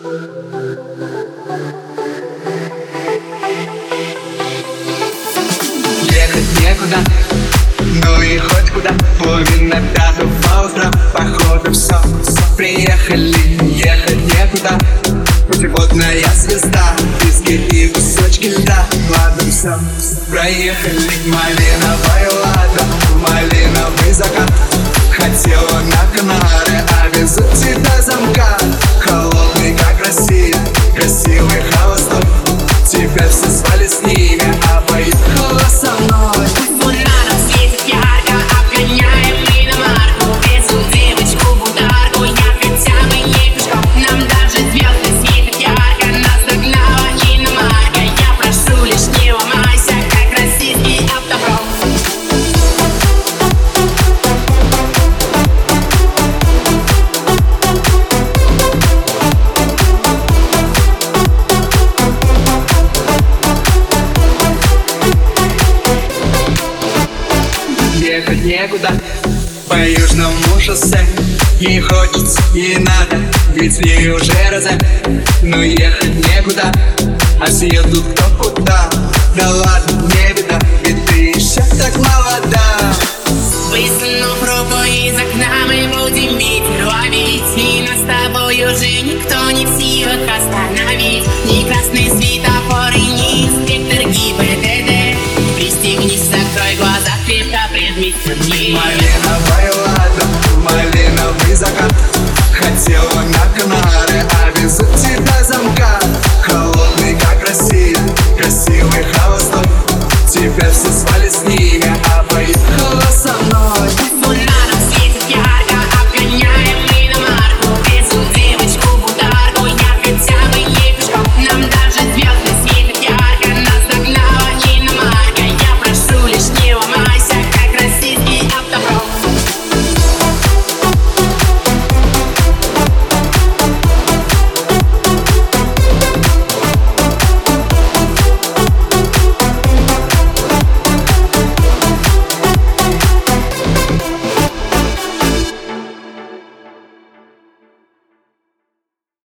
Ехать некуда, ну и хоть куда. Половина пятого по утрам, походу все. Приехали, ехать некуда. Путеводная звезда, пески и кусочки льда. Ладно, все, проехали. Малиновое лето, малиновый закат. Хотела на Канары, а везут тебя замка. Холодный, как Россия, красивый холостой. Теперь все спали с ними, а поехала со мной. Фонаром светит ярко, обгоняем иномарку. Везу девочку в ударку, я хотя бы не пешком. Нам даже звезды светят ярко, нас догнала иномарка. Я прошу, лишь не ломайся, как российский автопром. Ехать некуда по южному шоссе. Ей хочется, ей надо, ведь в ней уже розе. Но ехать некуда, а все едут кто куда. Да ладно, не беда, ведь ты еще так молода. Высунув руку из окна, мы будем ветер ловить. И нас с тобой уже никто не в силах остановить. Ни красный светофор и ни инспектор ГИБДД. Пристегнись, закрой глаза, крепко прижмись ко мне. Малиновое лето, малиновый закат. Хотела на Канары, а везут тебя замка. Холодный, как Россия, красивый холостой. Теперь все спали с ним.